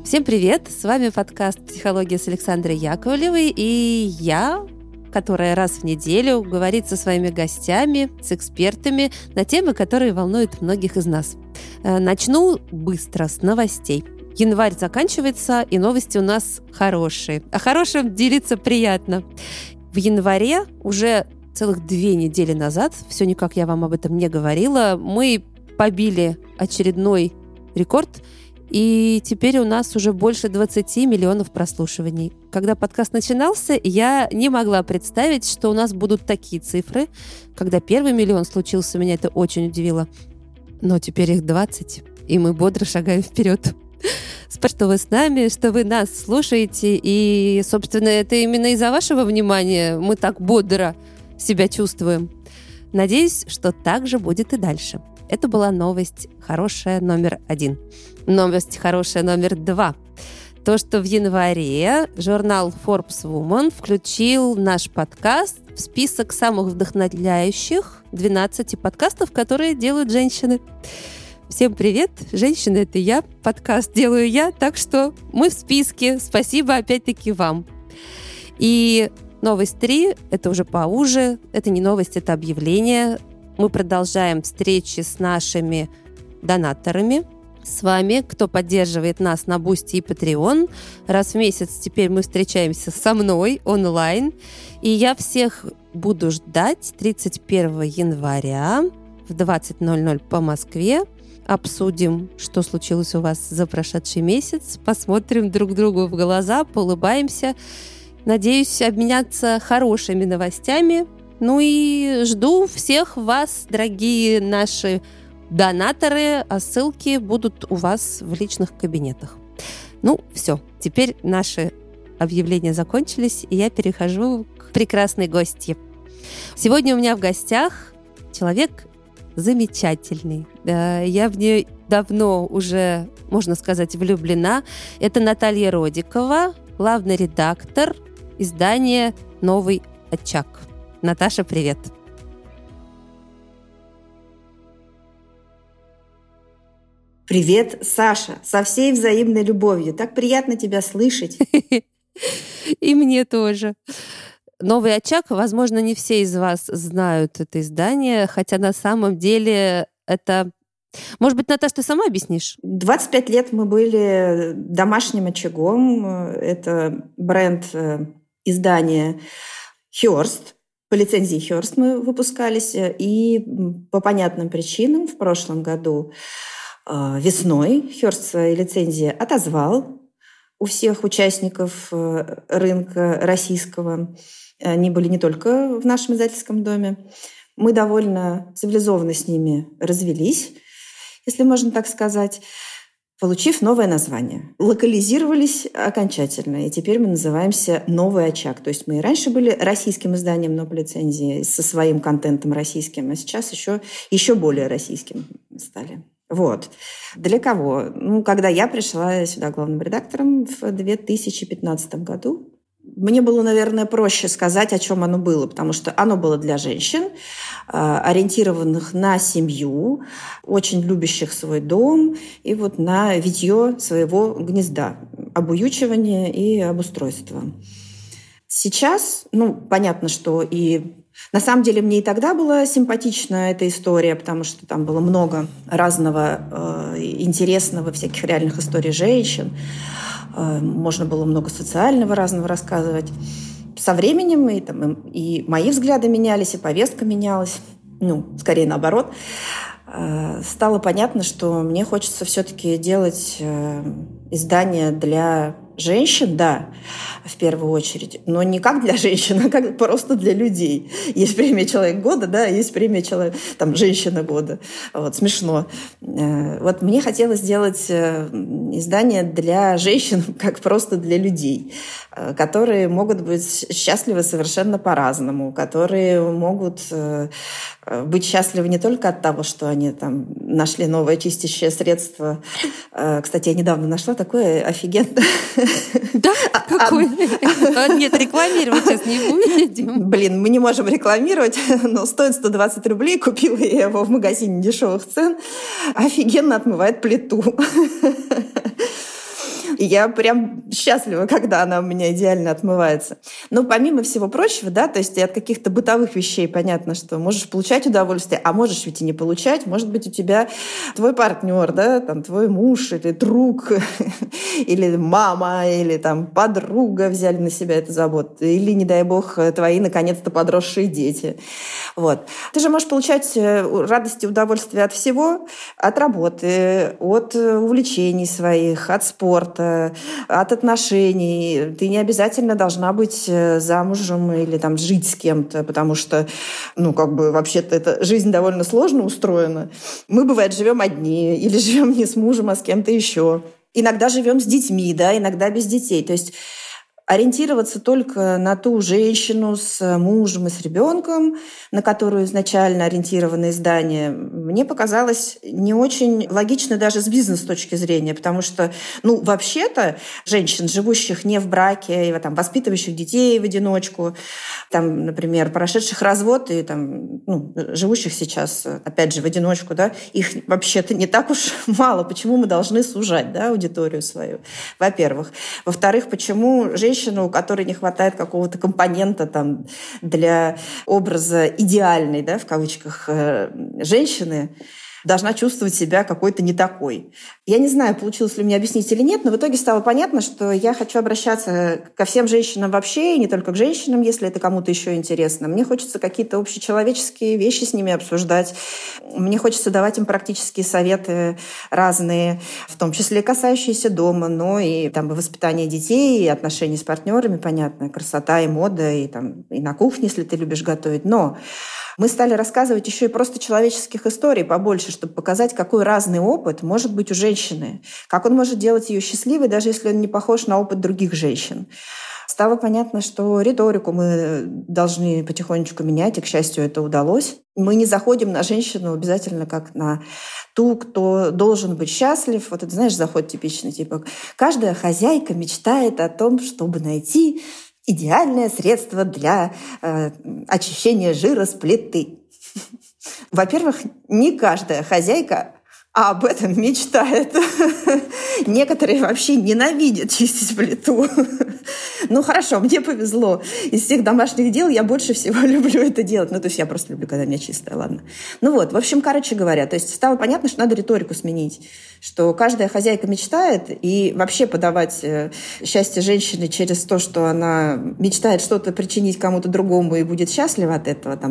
Всем привет! С вами подкаст «Психология» с Александрой Яковлевой, и я, которая раз в неделю говорит со своими гостями, с экспертами на темы, которые волнуют многих из нас. Начну быстро с новостей. Январь заканчивается, и новости у нас хорошие. О хорошем делиться приятно. В январе уже целых 2 недели назад, все никак я вам об этом не говорила, мы побили очередной рекорд, и теперь у нас уже больше 20 миллионов прослушиваний. Когда подкаст начинался, я не могла представить, что у нас будут такие цифры. Когда первый миллион случился, меня это очень удивило. Но теперь их 20, и мы бодро шагаем вперед. Спасибо, что вы с нами, что вы нас слушаете. И, собственно, это именно из-за вашего внимания мы так бодро себя чувствуем. Надеюсь, что так же будет и дальше. Это была новость хорошая номер 1. Новость хорошая номер 2. То, что в январе журнал Forbes Woman включил наш подкаст в список самых вдохновляющих 12 подкастов, которые делают женщины. Всем привет! Женщины — это я. Подкаст делаю я, так что мы в списке. Спасибо опять-таки вам. И новость 3 — это уже поуже. Это не новость, это объявление. Мы продолжаем встречи с нашими донаторами, с вами, кто поддерживает нас на Boosty и Patreon. Раз в месяц теперь мы встречаемся со мной онлайн. И я всех буду ждать 31 января в 20:00 по Москве. Обсудим, что случилось у вас за прошедший месяц, посмотрим друг другу в глаза, поулыбаемся. Надеюсь обменяться хорошими новостями. Ну и жду всех вас, дорогие наши донаторы, а ссылки будут у вас в личных кабинетах. Ну, все, теперь наши объявления закончились, и я перехожу к прекрасной гостье. Сегодня у меня в гостях человек замечательный. Я в нее давно уже, можно сказать, влюблена. Это Наталья Родикова, главный редактор издания «Новый очаг». Наташа, привет. Привет, Саша, со всей взаимной любовью. Так приятно тебя слышать. И мне тоже. «Новый очаг», возможно, не все из вас знают это издание, хотя на самом деле это... Может быть, Наташа, ты сама объяснишь? 25 лет мы были домашним очагом. Это бренд издания Hearst. По лицензии Hearst мы выпускались. И по понятным причинам в прошлом году весной Hearst лицензия отозвал у всех участников рынка российского. Они были не только в нашем издательском доме. Мы довольно цивилизованно с ними развелись, если можно так сказать, получив новое название. Локализировались окончательно, и теперь мы называемся «Новый очаг». То есть мы и раньше были российским изданием, но по лицензии со своим контентом российским, а сейчас еще более российским стали. Вот. Для кого? Когда я пришла сюда главным редактором в 2015 году, мне было, наверное, проще сказать, о чем оно было, потому что оно было для женщин, ориентированных на семью, очень любящих свой дом и вот на витье своего гнезда, обуючивание и обустройство. Сейчас, понятно, что и на самом деле мне и тогда была симпатична эта история, потому что там было много разного интересного, всяких реальных историй женщин. Можно было много социального разного рассказывать. Со временем и мои взгляды менялись, и повестка менялась. Скорее наоборот. Стало понятно, что мне хочется все-таки делать издание для женщин, да, в первую очередь, но не как для женщин, а как просто для людей. Есть премия «Человек года», да, есть премия «Женщина года». Вот, смешно. Вот мне хотелось сделать издание для женщин, как просто для людей, которые могут быть счастливы совершенно по-разному, которые могут быть счастливы не только от того, что они там нашли новое чистящее средство. Кстати, я недавно нашла такое офигенное. Да? Какое? Нет, рекламировать сейчас не будем. Блин, мы не можем рекламировать, но стоит 120 рублей. Купила я его в магазине дешевых цен. Офигенно отмывает плиту. И я прям счастлива, когда она у меня идеально отмывается. Но помимо всего прочего, да, то есть и от каких-то бытовых вещей понятно, что можешь получать удовольствие, а можешь ведь и не получать. Может быть, у тебя твой партнер, да, там, твой муж или друг, или мама, или там подруга взяли на себя эту заботу, или, не дай бог, твои, наконец-то, подросшие дети. Вот. Ты же можешь получать радость и удовольствие от всего, от работы, от увлечений своих, от спорта, от отношений. Ты не обязательно должна быть замужем или там жить с кем-то, потому что, вообще-то эта жизнь довольно сложно устроена. Мы, бывает, живем одни или живем не с мужем, а с кем-то еще. Иногда живем с детьми, да, иногда без детей. То есть ориентироваться только на ту женщину с мужем и с ребенком, на которую изначально ориентировано издание, мне показалось не очень логично даже с бизнес-точки зрения, потому что, вообще-то, женщин, живущих не в браке, и, воспитывающих детей в одиночку, например, прошедших развод и живущих сейчас, опять же, в одиночку, да, их вообще-то не так уж мало. Почему мы должны сужать, да, аудиторию свою, во-первых. Во-вторых, почему женщину, у которой не хватает какого-то компонента для образа идеальной, да, в кавычках, женщины, должна чувствовать себя какой-то не такой. Я не знаю, получилось ли мне объяснить или нет, но в итоге стало понятно, что я хочу обращаться ко всем женщинам вообще, и не только к женщинам, если это кому-то еще интересно. Мне хочется какие-то общечеловеческие вещи с ними обсуждать. Мне хочется давать им практические советы разные, в том числе касающиеся дома, но и воспитания детей, и отношений с партнерами, понятно, красота и мода, и на кухне, если ты любишь готовить. Но мы стали рассказывать еще и просто человеческих историй побольше, чтобы показать, какой разный опыт может быть у женщины, как он может делать ее счастливой, даже если он не похож на опыт других женщин. Стало понятно, что риторику мы должны потихонечку менять, и, к счастью, это удалось. Мы не заходим на женщину обязательно как на ту, кто должен быть счастлив. Вот это, знаешь, заход типичный, типа каждая хозяйка мечтает о том, чтобы найти идеальное средство для очищения жира с плиты. Во-первых, не каждая хозяйка об этом мечтает. Некоторые вообще ненавидят чистить плиту. Хорошо, мне повезло. Из всех домашних дел я больше всего люблю это делать. То есть я просто люблю, когда у меня чистая, ладно. В общем, короче говоря, то есть стало понятно, что надо риторику сменить, что каждая хозяйка мечтает, и вообще подавать счастье женщины через то, что она мечтает что-то причинить кому-то другому и будет счастлива от этого,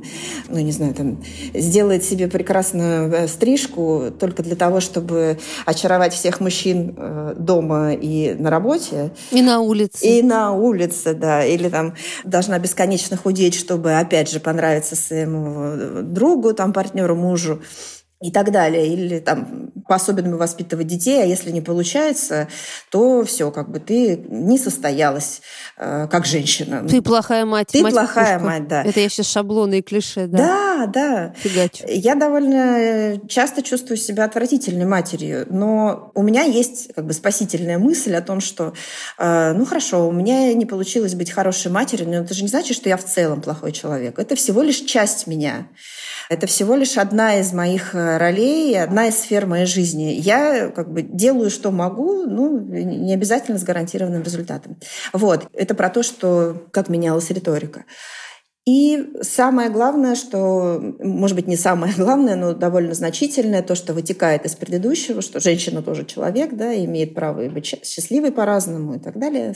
сделает себе прекрасную стрижку только для того, чтобы очаровать всех мужчин дома и на работе. И на улице. И на улице, да. Или должна бесконечно худеть, чтобы, опять же, понравиться своему другу, партнеру, мужу и так далее. Или по-особенному воспитывать детей, а если не получается, то все, ты не состоялась как женщина. Ты плохая мать. Ты плохая мать, да. Это я сейчас шаблоны и клише, да? Да. Фигачу. Я довольно часто чувствую себя отвратительной матерью, но у меня есть спасительная мысль о том, что хорошо, у меня не получилось быть хорошей матерью, но это же не значит, что я в целом плохой человек. Это всего лишь часть меня. Это всего лишь одна из моих ролей, одна из сфер моей жизни. Я делаю, что могу, не обязательно с гарантированным результатом. Вот. Это про то, что как менялась риторика. И самое главное, что, может быть, не самое главное, но довольно значительное, то, что вытекает из предыдущего, что женщина тоже человек, да, имеет право быть счастливой по-разному и так далее.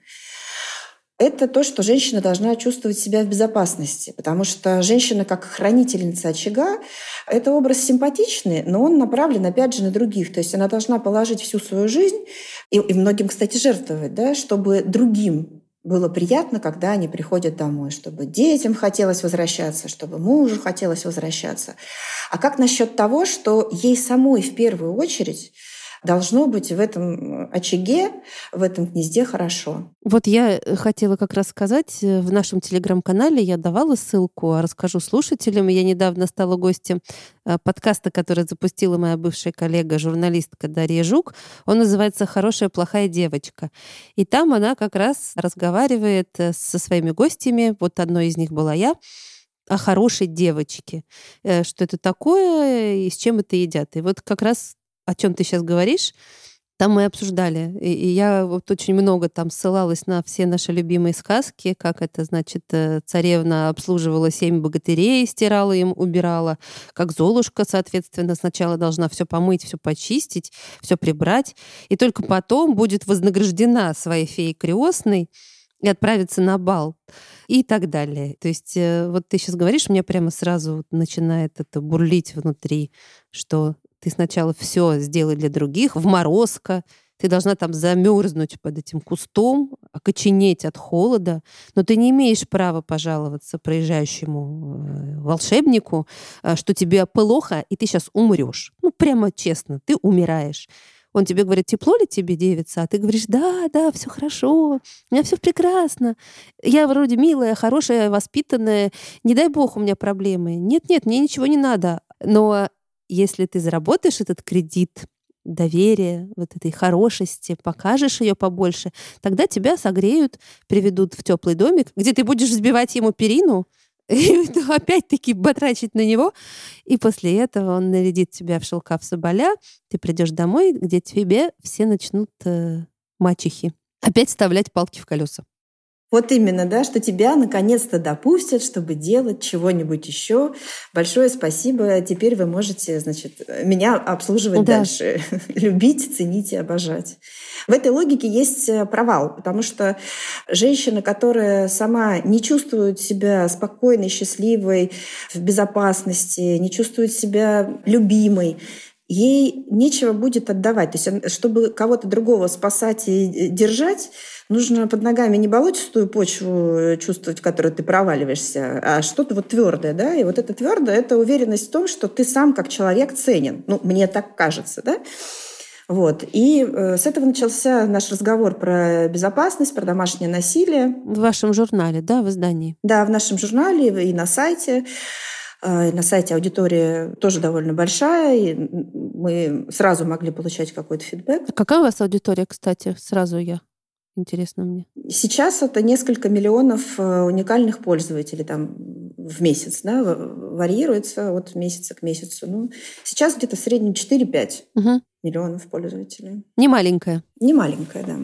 Это то, что женщина должна чувствовать себя в безопасности, потому что женщина как хранительница очага — это образ симпатичный, но он направлен, опять же, на других. То есть она должна положить всю свою жизнь, и многим, кстати, жертвовать, да, чтобы другим было приятно, когда они приходят домой, чтобы детям хотелось возвращаться, чтобы мужу хотелось возвращаться. А как насчет того, что ей самой в первую очередь должно быть в этом очаге, в этом гнезде хорошо? Вот я хотела как раз сказать, в нашем телеграм-канале я давала ссылку, а расскажу слушателям. Я недавно стала гостем подкаста, который запустила моя бывшая коллега, журналистка Дарья Жук. Он называется «Хорошая, плохая девочка». И там она как раз разговаривает со своими гостями. Вот одной из них была я, о хорошей девочке. Что это такое и с чем это едят. И вот как раз о чем ты сейчас говоришь, Там мы обсуждали, и я вот очень много там ссылалась на все наши любимые сказки, как это, значит, царевна обслуживала 7 богатырей, стирала им, убирала, как Золушка, соответственно, сначала должна все помыть, все почистить, все прибрать, и только потом будет вознаграждена своей феей крестной и отправиться на бал и так далее. То есть вот ты сейчас говоришь, у меня прямо сразу вот начинает это бурлить внутри, что ты сначала все сделай для других, вморозка, ты должна там замерзнуть под этим кустом, окоченеть от холода, но ты не имеешь права пожаловаться проезжающему волшебнику, что тебе плохо, и ты сейчас умрешь. Ну, прямо честно, ты умираешь. Он тебе говорит, тепло ли тебе, девица? А ты говоришь, да, да, все хорошо, у меня все прекрасно. Я вроде милая, хорошая, воспитанная. Не дай бог у меня проблемы. Нет, мне ничего не надо. Но если ты заработаешь этот кредит доверия, вот этой хорошести, покажешь ее побольше, тогда тебя согреют, приведут в теплый домик, где ты будешь взбивать ему перину, и опять-таки батрачить на него. И после этого он нарядит тебя в шелка, в соболя. Ты придешь домой, где тебе все начнут мачехи опять вставлять палки в колеса. Вот именно, да, что тебя наконец-то допустят, чтобы делать чего-нибудь еще. Большое спасибо. Теперь вы можете, значит, меня обслуживать дальше. Любить, ценить и обожать. В этой логике есть провал, потому что женщина, которая сама не чувствует себя спокойной, счастливой, в безопасности, не чувствует себя любимой, ей нечего будет отдавать. То есть, чтобы кого-то другого спасать и держать, нужно под ногами не болотистую почву чувствовать, в которой ты проваливаешься, а что-то вот твердое, да. И вот это твердое — это уверенность в том, что ты сам как человек ценен. Ну, мне так кажется, да. Вот. И с этого начался наш разговор про безопасность, про домашнее насилие. В вашем журнале, да, в издании? Да, в нашем журнале и на сайте. На сайте аудитория тоже довольно большая, и мы сразу могли получать какой-то фидбэк. А какая у вас аудитория, кстати? Сразу интересно мне. Сейчас это несколько миллионов уникальных пользователей там в месяц, да, варьируется от месяца к месяцу. Ну, сейчас где-то в среднем 4-5 миллионов пользователей. Не маленькая. Не маленькая, да.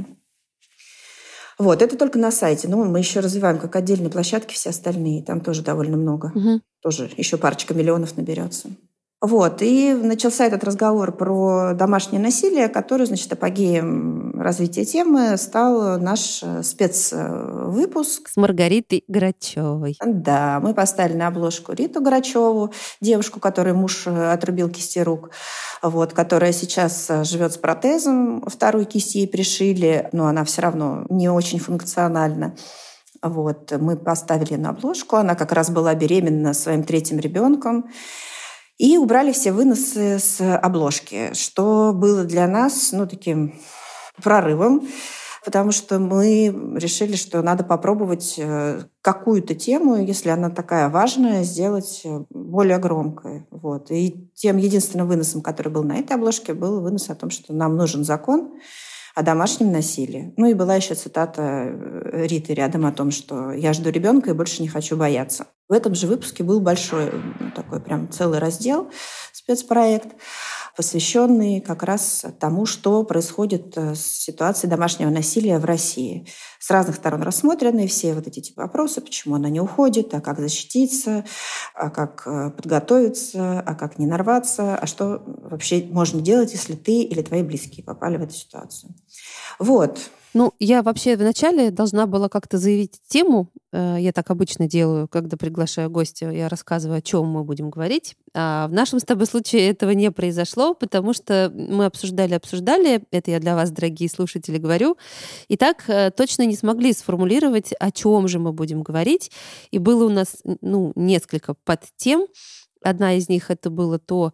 Вот, это только на сайте. Но мы еще развиваем как отдельные площадки все остальные. Там тоже довольно много. Тоже еще парочка миллионов наберется. Вот, и начался этот разговор про домашнее насилие, который, значит, апогеем развития темы стал наш спецвыпуск. С Маргаритой Грачевой. Да, мы поставили на обложку Риту Грачеву, девушку, которой муж отрубил кисти рук, вот, которая сейчас живет с протезом, вторую кисть ей пришили, но она все равно не очень функциональна. Вот, мы поставили на обложку, она как раз была беременна своим 3-м ребенком. И убрали все выносы с обложки, что было для нас таким прорывом, потому что мы решили, что надо попробовать какую-то тему, если она такая важная, сделать более громкой. Вот. И тем единственным выносом, который был на этой обложке, был вынос о том, что нам нужен закон о домашнем насилии. Ну и была еще цитата Риты рядом о том, что «я жду ребенка и больше не хочу бояться». В этом же выпуске был большой такой прям целый раздел, спецпроект, посвященный как раз тому, что происходит с ситуацией домашнего насилия в России. С разных сторон рассмотрены все вот эти вопросы, почему она не уходит, а как защититься, а как подготовиться, а как не нарваться, а что вообще можно делать, если ты или твои близкие попали в эту ситуацию. Вот. Ну, я вообще вначале должна была как-то заявить тему. Я так обычно делаю, когда приглашаю гостя, я рассказываю, о чем мы будем говорить. А в нашем с тобой случае этого не произошло, потому что мы обсуждали. Это я для вас, дорогие слушатели, говорю. И так точно не смогли сформулировать, о чем же мы будем говорить. И было у нас несколько подтем. Одна из них это было то,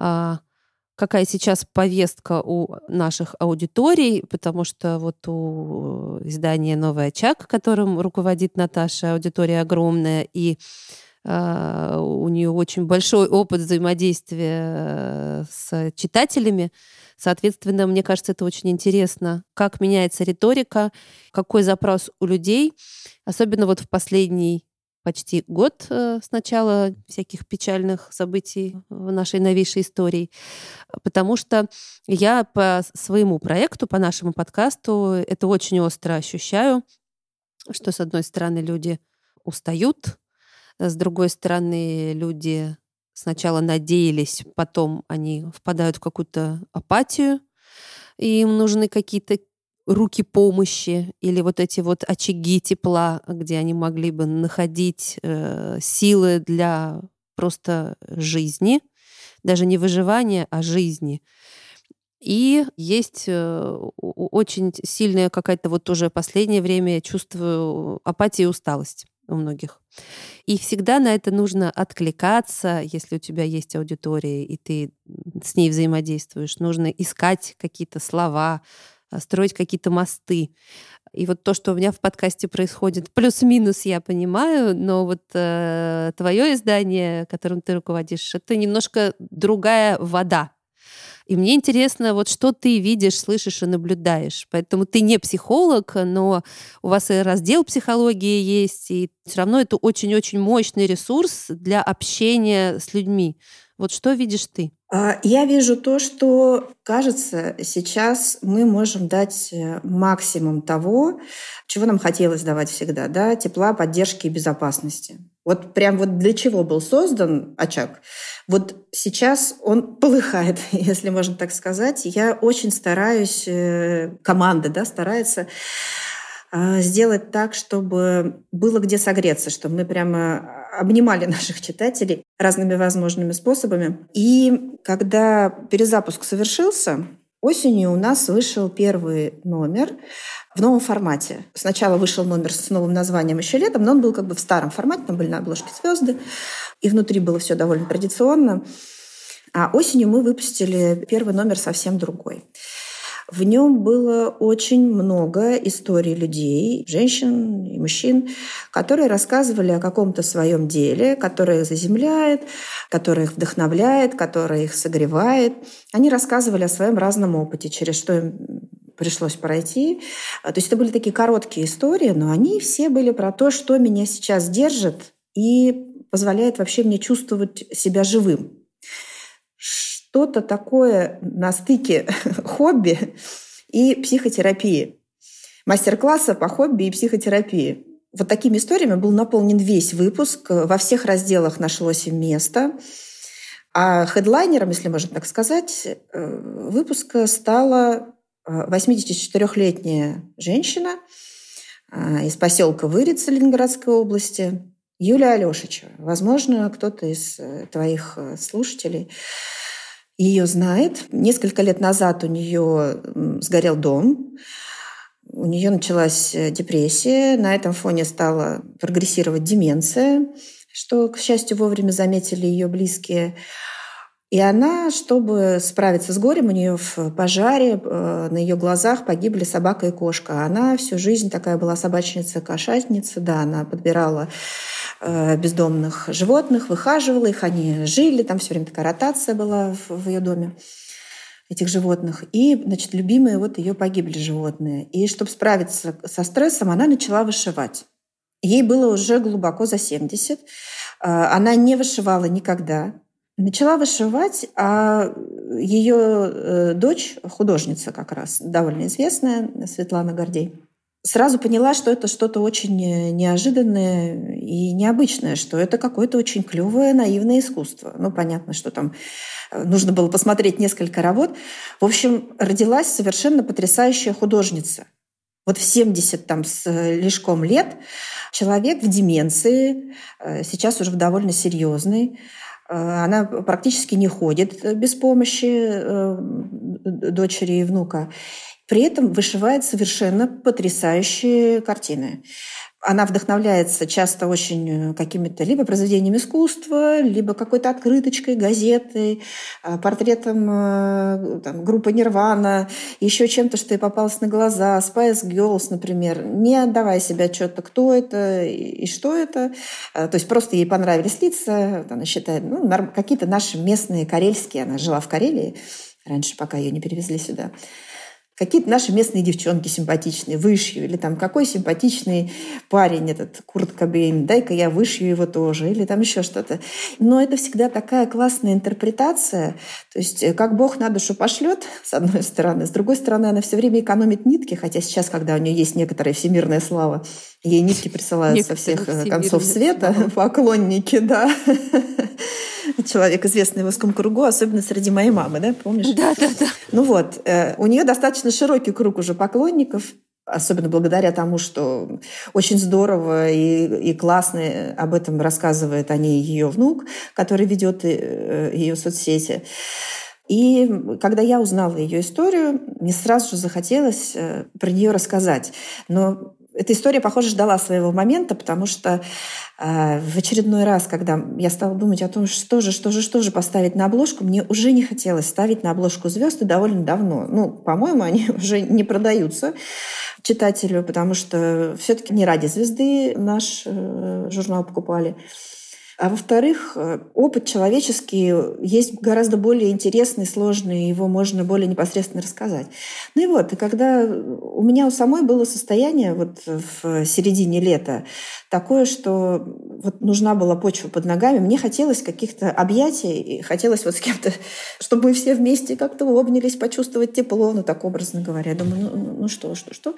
какая сейчас повестка у наших аудиторий, потому что вот у издания «Новый очаг», которым руководит Наташа, аудитория огромная, и у нее очень большой опыт взаимодействия с читателями. Соответственно, мне кажется, это очень интересно, как меняется риторика, какой запрос у людей, особенно вот в последний почти год с начала всяких печальных событий в нашей новейшей истории, потому что я по своему проекту, по нашему подкасту это очень остро ощущаю, что, с одной стороны, люди устают, с другой стороны, люди сначала надеялись, потом они впадают в какую-то апатию, и им нужны какие-то руки помощи или вот эти вот очаги тепла, где они могли бы находить силы для просто жизни, даже не выживания, а жизни. И есть очень сильная какая-то вот уже последнее время, я чувствую, апатия и усталость у многих. И всегда на это нужно откликаться, если у тебя есть аудитория, и ты с ней взаимодействуешь. Нужно искать какие-то слова, строить какие-то мосты. И вот то, что у меня в подкасте происходит, плюс-минус я понимаю, но вот твое издание, которым ты руководишь, это немножко другая вода. И мне интересно, вот что ты видишь, слышишь и наблюдаешь. Поэтому ты не психолог, но у вас и раздел психологии есть, и все равно это очень-очень мощный ресурс для общения с людьми. Вот что видишь ты? Я вижу то, что, кажется, сейчас мы можем дать максимум того, чего нам хотелось давать всегда, да, тепла, поддержки и безопасности. Вот прям вот для чего был создан очаг. Вот сейчас он полыхает, если можно так сказать. Я очень стараюсь, команда, да, старается сделать так, чтобы было где согреться, чтобы мы прямо обнимали наших читателей разными возможными способами. И когда перезапуск совершился, осенью у нас вышел первый номер в новом формате. Сначала вышел номер с новым названием еще летом, но он был как бы в старом формате, там были на обложке звезды, и внутри было все довольно традиционно. А осенью мы выпустили первый номер совсем другой. В нем было очень много историй людей, женщин и мужчин, которые рассказывали о каком-то своем деле, которое их заземляет, которое их вдохновляет, которое их согревает. Они рассказывали о своем разном опыте, через что им пришлось пройти. То есть это были такие короткие истории, но они все были про то, что меня сейчас держит и позволяет вообще мне чувствовать себя живым. Что-то такое на стыке хобби и психотерапии. Мастер-класса по хобби и психотерапии. Вот такими историями был наполнен весь выпуск. Во всех разделах нашлось им место. А хедлайнером, если можно так сказать, выпуска стала 84-летняя женщина из поселка Вырица Ленинградской области, Юлия Алешичева. Возможно, кто-то из твоих слушателей ее знает. Несколько лет назад у нее сгорел дом, у нее началась депрессия, на этом фоне стала прогрессировать деменция, что, к счастью, вовремя заметили ее близкие. И она, чтобы справиться с горем, у нее в пожаре на ее глазах погибли собака и кошка. Она всю жизнь такая была собачница-кошатница, да, она подбирала бездомных животных, выхаживала их, они жили, там все время такая ротация была в ее доме этих животных. И, значит, любимые вот ее погибли животные. И чтобы справиться со стрессом, она начала вышивать. Ей было уже глубоко за 70. Она не вышивала никогда. Начала вышивать, а ее дочь, художница как раз, довольно известная, Светлана Гордей, сразу поняла, что это что-то очень неожиданное и необычное, что это какое-то очень клевое, наивное искусство. Ну, понятно, что там нужно было посмотреть несколько работ. В общем, родилась совершенно потрясающая художница. Вот в 70 там, с лишком лет человек в деменции, сейчас уже в довольно серьезной, она практически не ходит без помощи дочери и внука. При этом вышивает совершенно потрясающие картины. Она вдохновляется часто очень какими-то либо произведениями искусства, либо какой-то открыточкой, газетой, портретом там, группы Нирвана, еще чем-то, что ей попалось на глаза, Spice Girls, например, не отдавая себе отчета, кто это и что это. То есть просто ей понравились лица, она считает, ну, какие-то наши местные, карельские, она жила в Карелии раньше, пока ее не перевезли сюда. какие-то наши местные девчонки симпатичные, вышью, или там какой симпатичный парень этот Курт Кобейн, дай-ка я вышью его тоже, или там еще что-то. Но это всегда такая классная интерпретация, то есть как Бог на душу пошлет, с одной стороны, с другой стороны, она все время экономит нитки, хотя сейчас, когда у нее есть некоторая всемирная слава, ей нитки присылают со всех концов света, поклонники, да. Человек, известный в узком кругу, особенно среди моей мамы, да, помнишь? Да. Ну вот, у нее достаточно широкий круг уже поклонников, особенно благодаря тому, что очень здорово и классно об этом рассказывает о ней ее внук, который ведет ее соцсети. И когда я узнала ее историю, мне сразу же захотелось про нее рассказать. Но эта история, похоже, ждала своего момента, потому что в очередной раз, когда я стала думать о том, что же поставить на обложку, мне уже не хотелось ставить на обложку звезды довольно давно. Ну, по-моему, они уже не продаются читателю, потому что все-таки не ради звезды наш журнал покупали. А во-вторых, опыт человеческий есть гораздо более интересный, сложный, его можно более непосредственно рассказать. Ну и вот, и когда у меня у самой было состояние вот в середине лета такое, что вот нужна была почва под ногами, мне хотелось каких-то объятий, и хотелось вот с кем-то, чтобы мы все вместе как-то обнялись, почувствовать тепло, ну так образно говоря. Я думаю, ну что.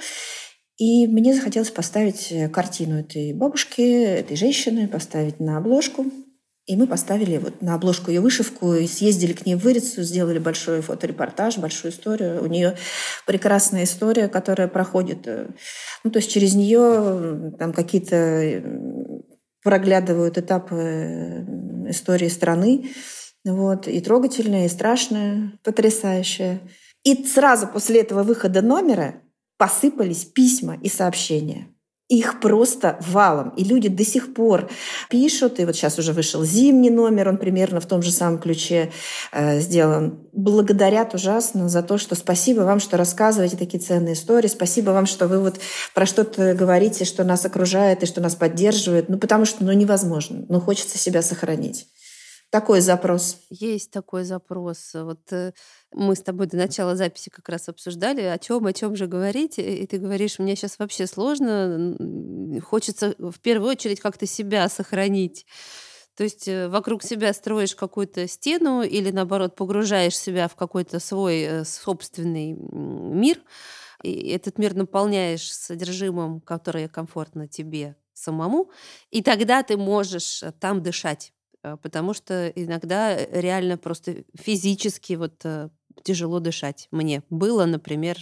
И мне захотелось поставить картину этой бабушки, этой женщины, поставить на обложку. И мы поставили вот на обложку ее вышивку, и съездили к ней в Вырицу, сделали большой фоторепортаж, большую историю. У нее прекрасная история, которая проходит. Ну, то есть через нее там какие-то проглядывают этапы истории страны. Вот. И трогательная, и страшная, потрясающая. И сразу после этого выхода номера посыпались письма и сообщения. Их просто валом. И люди до сих пор пишут. И вот сейчас уже вышел зимний номер, он примерно в том же самом ключе сделан. Благодарят ужасно за то, что спасибо вам, что рассказываете такие ценные истории. Спасибо вам, что вы вот про что-то говорите, что нас окружает и что нас поддерживает. Ну, потому что невозможно. Хочется себя сохранить. Такой запрос. Есть такой запрос. Вот мы с тобой до начала записи как раз обсуждали, о чем же говорить. И ты говоришь, мне сейчас вообще сложно. Хочется в первую очередь как-то себя сохранить. То есть вокруг себя строишь какую-то стену или, наоборот, погружаешь себя в какой-то свой собственный мир. И этот мир наполняешь содержимым, которое комфортно тебе самому. И тогда ты можешь там дышать. Потому что иногда реально просто физически тяжело дышать. Мне было, например,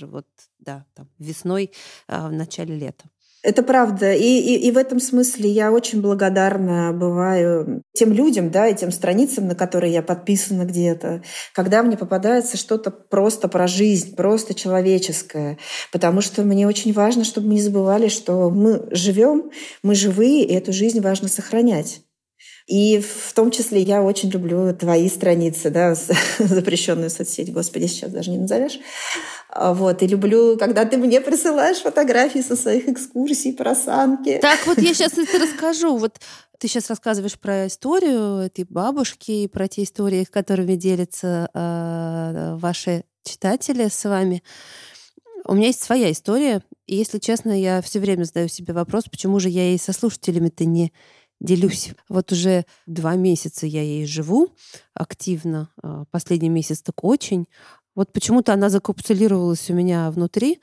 весной, в начале лета. Это правда. И в этом смысле я очень благодарна бываю тем людям, и тем страницам, на которые я подписана где-то, когда мне попадается что-то просто про жизнь, просто человеческое. Потому что мне очень важно, чтобы мы не забывали, что мы живем, мы живые, и эту жизнь важно сохранять. И в том числе я очень люблю твои страницы, запрещенную соцсеть, господи, сейчас даже не назовешь. И люблю, когда ты мне присылаешь фотографии со своих экскурсий про санки. Так, вот я сейчас это расскажу. Вот ты сейчас рассказываешь про историю этой бабушки и про те истории, которыми делятся ваши читатели с вами. У меня есть своя история. И, если честно, я все время задаю себе вопрос, почему же я ей со слушателями-то не делюсь. Вот уже 2 месяца я ей живу активно. Последний месяц так очень. Вот почему-то она закапсулировалась у меня внутри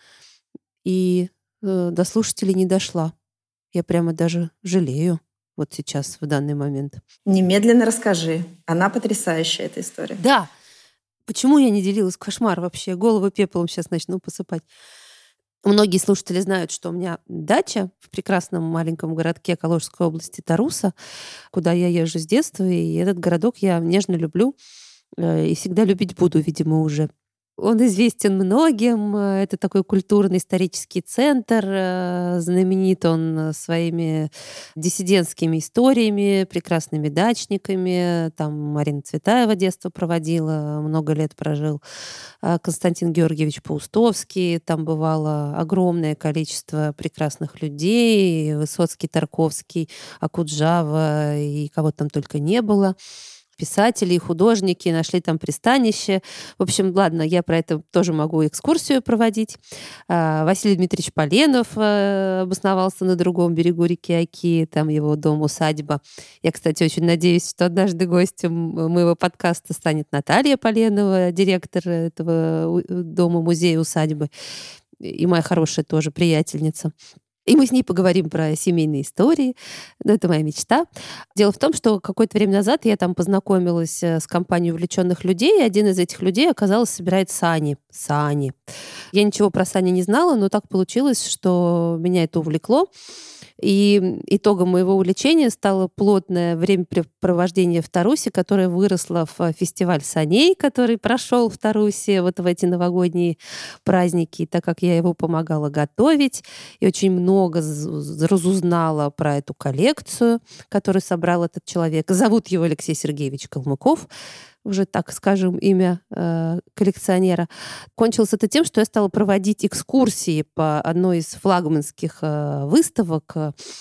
и до слушателей не дошла. Я прямо даже жалею вот сейчас, в данный момент. Немедленно расскажи. Она потрясающая, эта история. Да. Почему я не делилась? Кошмар вообще. Голову пеплом сейчас начну посыпать. Многие слушатели знают, что у меня дача в прекрасном маленьком городке Калужской области Таруса, куда я езжу с детства, и этот городок я нежно люблю и всегда любить буду, видимо, уже. Он известен многим. Это такой культурный исторический центр. Знаменит он своими диссидентскими историями, прекрасными дачниками. Там Марина Цветаева детство проводила, много лет прожил. Константин Георгиевич Паустовский. Там бывало огромное количество прекрасных людей. Высоцкий, Тарковский, Акуджава и кого там только не было. писатели и художники, нашли там пристанище. В общем, ладно, я про это тоже могу экскурсию проводить. Василий Дмитриевич Поленов обосновался на другом берегу реки Оки, там его дом-усадьба. Я, кстати, очень надеюсь, что однажды гостем моего подкаста станет Наталья Поленова, директор этого дома-музея-усадьбы, и моя хорошая тоже приятельница. И мы с ней поговорим про семейные истории. Это моя мечта. Дело в том, что какое-то время назад я там познакомилась с компанией увлеченных людей, и один из этих людей, оказалось, собирает сани. Сани. Я ничего про сани не знала, но так получилось, что меня это увлекло. И итогом моего увлечения стало плотное времяпрепровождение в Тарусе, которое выросло в фестиваль саней, который прошел в Тарусе вот в эти новогодние праздники. И так как я его помогала готовить и очень много разузнала про эту коллекцию, которую собрал этот человек. Зовут его Алексей Сергеевич Калмыков. Уже, так скажем, имя коллекционера. Кончилось это тем, что я стала проводить экскурсии по одной из флагманских выставок.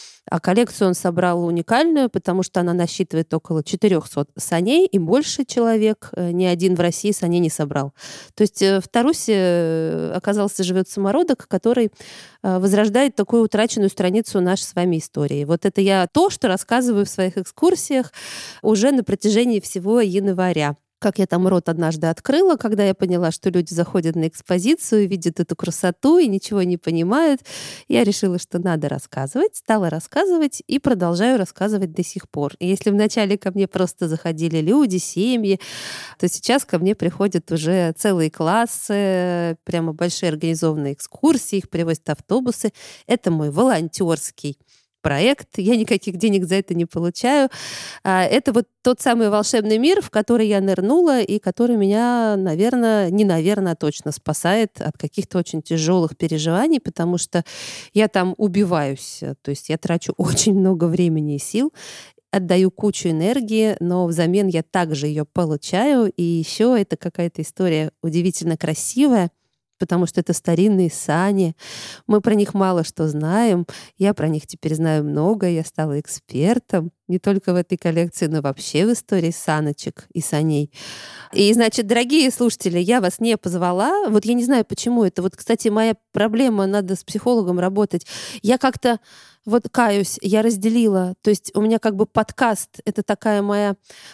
А коллекцию он собрал уникальную, потому что она насчитывает около 400 саней, и больше человек, ни один в России саней не собрал. То есть в Тарусе, оказался, живет самородок, который возрождает такую утраченную страницу нашей с вами истории. Вот это я то, что рассказываю в своих экскурсиях уже на протяжении всего января. Как я там рот однажды открыла, когда я поняла, что люди заходят на экспозицию, видят эту красоту и ничего не понимают. Я решила, что надо рассказывать, стала рассказывать и продолжаю рассказывать до сих пор. И если вначале ко мне просто заходили люди, семьи, то сейчас ко мне приходят уже целые классы, прямо большие организованные экскурсии, их привозят автобусы. Это мой волонтерский проект, я никаких денег за это не получаю. Это вот тот самый волшебный мир, в который я нырнула и который меня, наверное, точно спасает от каких-то очень тяжелых переживаний, потому что я там убиваюсь. То есть я трачу очень много времени и сил, отдаю кучу энергии, но взамен я также ее получаю. И еще это какая-то история удивительно красивая, потому что это старинные сани. Мы про них мало что знаем. Я про них теперь знаю много. Я стала экспертом не только в этой коллекции, но вообще в истории саночек и саней. И, значит, дорогие слушатели, я вас не позвала. Вот я не знаю, почему это. Вот, кстати, моя проблема, надо с психологом работать. Я как-то каюсь, я разделила. То есть у меня как бы подкаст — это такая моя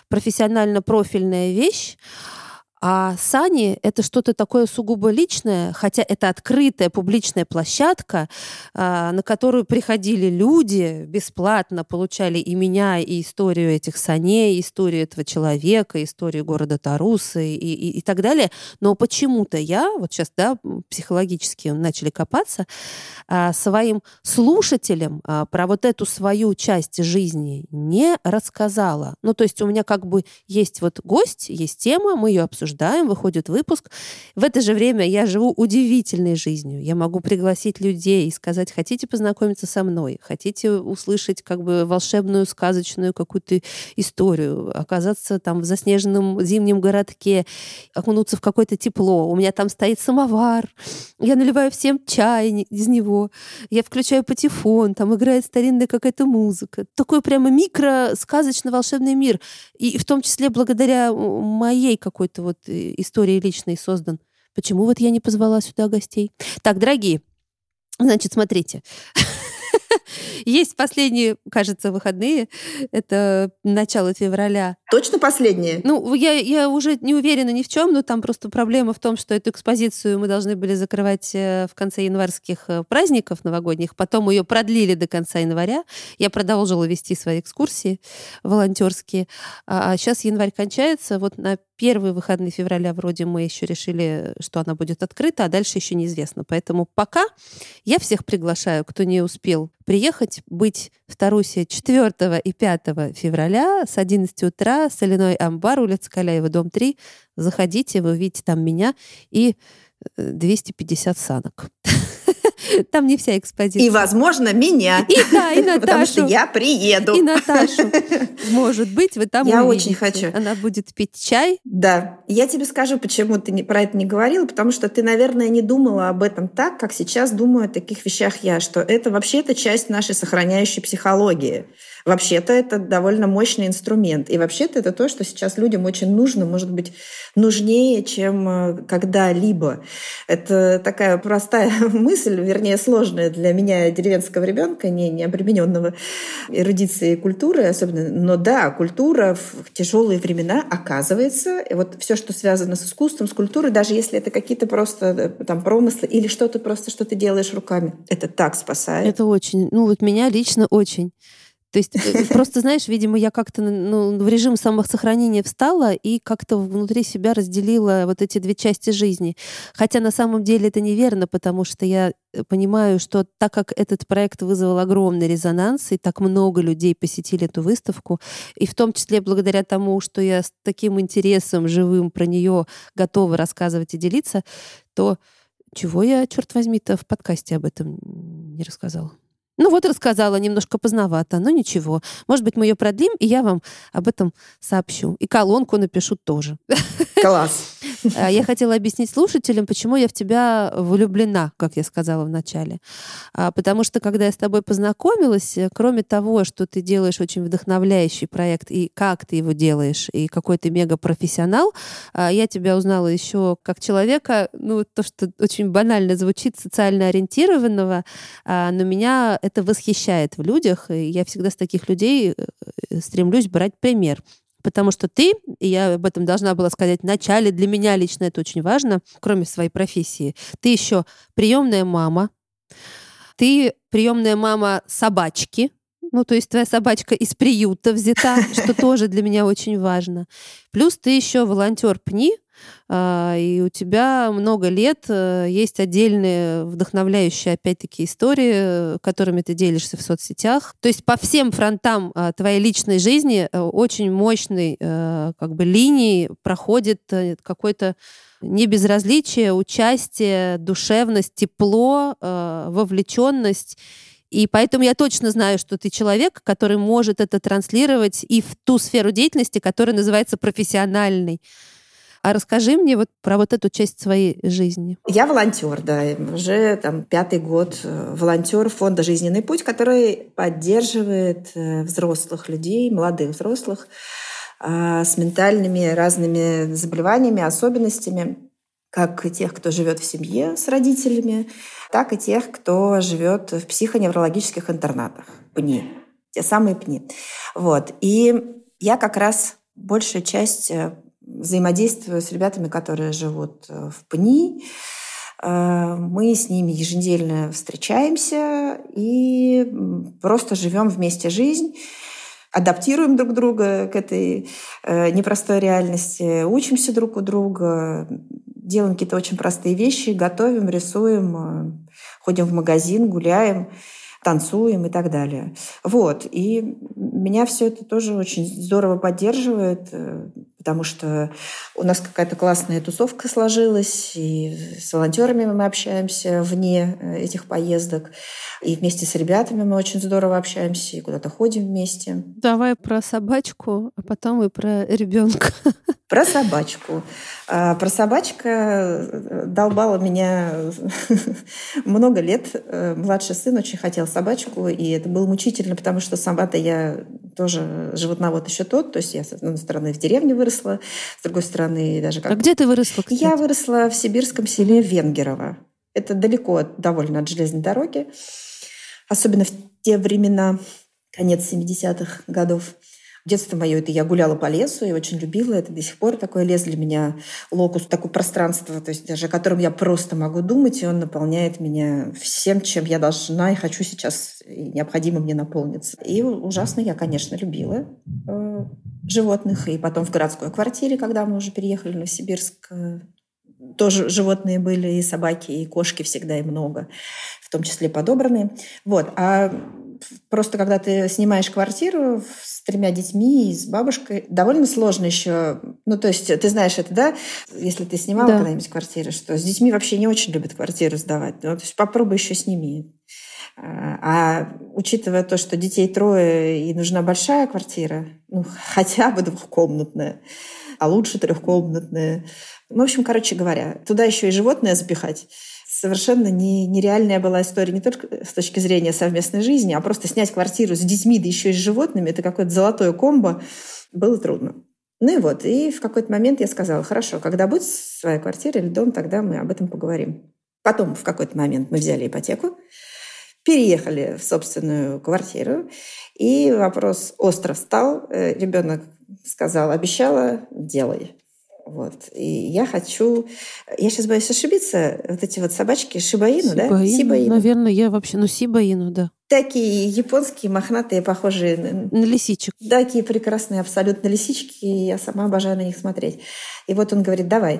профессионально-профильная вещь, а сани — это что-то такое сугубо личное, хотя это открытая публичная площадка, на которую приходили люди, бесплатно получали и меня, и историю этих саней, историю этого человека, историю города Тарусы и так далее. Но почему-то я, вот сейчас, психологически начали копаться, своим слушателям про вот эту свою часть жизни не рассказала. Ну, то есть у меня как бы есть вот гость, есть тема, мы ее обсуждаем, выходит выпуск. В это же время я живу удивительной жизнью. Я могу пригласить людей и сказать: хотите познакомиться со мной, хотите услышать как бы волшебную, сказочную какую-то историю, оказаться там в заснеженном зимнем городке, окунуться в какое-то тепло. У меня там стоит самовар, я наливаю всем чай из него, я включаю патефон, там играет старинная какая-то музыка. Такой прямо микро-сказочно-волшебный мир. И в том числе благодаря моей какой-то вот истории личной создан. Почему вот я не позвала сюда гостей? Так, дорогие, значит, смотрите. Есть последние, кажется, выходные. Это начало февраля. Точно последние? Ну, я уже не уверена ни в чем, но там просто проблема в том, что эту экспозицию мы должны были закрывать в конце январских праздников новогодних. Потом ее продлили до конца января. Я продолжила вести свои экскурсии волонтерские. А сейчас январь кончается. Вот на первые выходные февраля вроде мы еще решили, что она будет открыта, а дальше еще неизвестно. Поэтому пока я всех приглашаю, кто не успел приехать, быть в Тарусе 4 и 5 февраля с 11 утра, соляной амбар, улица Каляева, дом 3. Заходите, вы увидите там меня и 250 санок. Там не вся экспозиция. И, возможно, меня. И Наташу. Потому что я приеду. И Наташу. Может быть, вы там Я увидите. очень хочу. Она будет пить чай. Да. Я тебе скажу, почему ты про это не говорила, потому что ты, наверное, не думала об этом так, как сейчас думаю о таких вещах я, что это вообще-то часть нашей сохраняющей психологии. Вообще-то это довольно мощный инструмент. И вообще-то это то, что сейчас людям очень нужно, может быть, нужнее, чем когда-либо. Это такая простая мысль, вернее, сложная для меня, деревенского ребенка, не обремененного эрудицией культуры особенно. Но да, культура в тяжелые времена оказывается, и вот все, что связано с искусством, с культурой, даже если это какие-то просто там промыслы или что-то просто, что ты делаешь руками, это так спасает. Это очень, вот меня лично очень. То есть просто, знаешь, видимо, я как-то в режим самосохранения встала и как-то внутри себя разделила вот эти две части жизни. Хотя на самом деле это неверно, потому что я понимаю, что так как этот проект вызвал огромный резонанс, и так много людей посетили эту выставку, и в том числе благодаря тому, что я с таким интересом живым про нее готова рассказывать и делиться, то чего я, черт возьми-то, в подкасте об этом не рассказала? Вот рассказала, немножко поздновато, но ничего. Может быть, мы ее продлим, и я вам об этом сообщу. И колонку напишу тоже. Класс. Я хотела объяснить слушателям, почему я в тебя влюблена, как я сказала в начале. Потому что, когда я с тобой познакомилась, кроме того, что ты делаешь очень вдохновляющий проект, и как ты его делаешь, и какой ты мегапрофессионал, я тебя узнала еще как человека, то, что очень банально звучит, социально ориентированного, но меня это восхищает в людях, и я всегда с таких людей стремлюсь брать пример. Потому что ты, и я об этом должна была сказать в начале, для меня лично это очень важно, кроме своей профессии, ты еще приемная мама, ты приемная мама собачки, то есть твоя собачка из приюта взята, что тоже для меня очень важно. Плюс ты еще волонтер ПНИ, и у тебя много лет есть отдельные вдохновляющие, опять-таки, истории, которыми ты делишься в соцсетях. То есть по всем фронтам твоей личной жизни очень мощной линией проходит какое-то небезразличие, участие, душевность, тепло, вовлеченность. И поэтому я точно знаю, что ты человек, который может это транслировать и в ту сферу деятельности, которая называется профессиональной. А расскажи мне про эту часть своей жизни. Я волонтер, да, уже 5-й год волонтер фонда «Жизненный путь», который поддерживает взрослых людей, молодых взрослых с ментальными разными заболеваниями, особенностями, как и тех, кто живет в семье с родителями, так и тех, кто живет в психоневрологических интернатах, ПНИ, те самые ПНИ. И я как раз большая часть взаимодействую с ребятами, которые живут в ПНИ. Мы с ними еженедельно встречаемся и просто живем вместе жизнь, адаптируем друг друга к этой непростой реальности, учимся друг у друга, делаем какие-то очень простые вещи, готовим, рисуем, ходим в магазин, гуляем, танцуем и так далее. И меня все это тоже очень здорово поддерживает, потому что у нас какая-то классная тусовка сложилась, и с волонтерами мы общаемся вне этих поездок, и вместе с ребятами мы очень здорово общаемся, и куда-то ходим вместе. Давай про собачку, а потом и про ребенка. Про собачку. Про собачка долбала меня много лет. Младший сын очень хотел собачку, и это было мучительно, потому что сама-то я тоже животновод еще тот. То есть я, с одной стороны, в деревне выросла, с другой стороны, даже как... А где ты выросла, кстати? Я выросла в сибирском селе Венгерово. Это далеко довольно от железной дороги. Особенно в те времена, конец 70-х годов. Детство мое, это я гуляла по лесу и очень любила это. До сих пор такой лес для меня локус, такое пространство, то есть даже о котором я просто могу думать, и он наполняет меня всем, чем я должна и хочу сейчас, и необходимо мне наполниться. И ужасно я, конечно, любила животных. И потом в городской квартире, когда мы уже переехали в Новосибирск, тоже животные были, и собаки, и кошки всегда, и много, в том числе подобранные. А просто когда ты снимаешь квартиру с 3 детьми и с бабушкой, довольно сложно еще. Ну, то есть ты знаешь это, да? Если ты снимала Да. когда-нибудь квартиру, что с детьми вообще не очень любят квартиру сдавать. Ну, то есть попробуй еще сними. А учитывая то, что детей 3 и нужна большая квартира, ну, хотя бы 2-комнатная, а лучше 3-комнатная. Ну, в общем, короче говоря, туда еще и животное запихать. Совершенно нереальная была история не только с точки зрения совместной жизни, а просто снять квартиру с детьми, да еще и с животными. Это какое-то золотое комбо. Было трудно. Ну и вот. И в какой-то момент я сказала, хорошо, когда будет своя квартира или дом, тогда мы об этом поговорим. Потом в какой-то момент мы взяли ипотеку, переехали в собственную квартиру, и вопрос остро встал. Ребенок сказал, обещала, делай. Вот. И я хочу... Я сейчас боюсь ошибиться. Вот эти вот собачки Шиба-Ину, да? Сиба-Ину. Наверное, я вообще... Ну, Сиба-Ину, да. Такие японские, мохнатые, похожие... На лисичек. Такие прекрасные абсолютно лисички. Я сама обожаю на них смотреть. И вот он говорит, давай.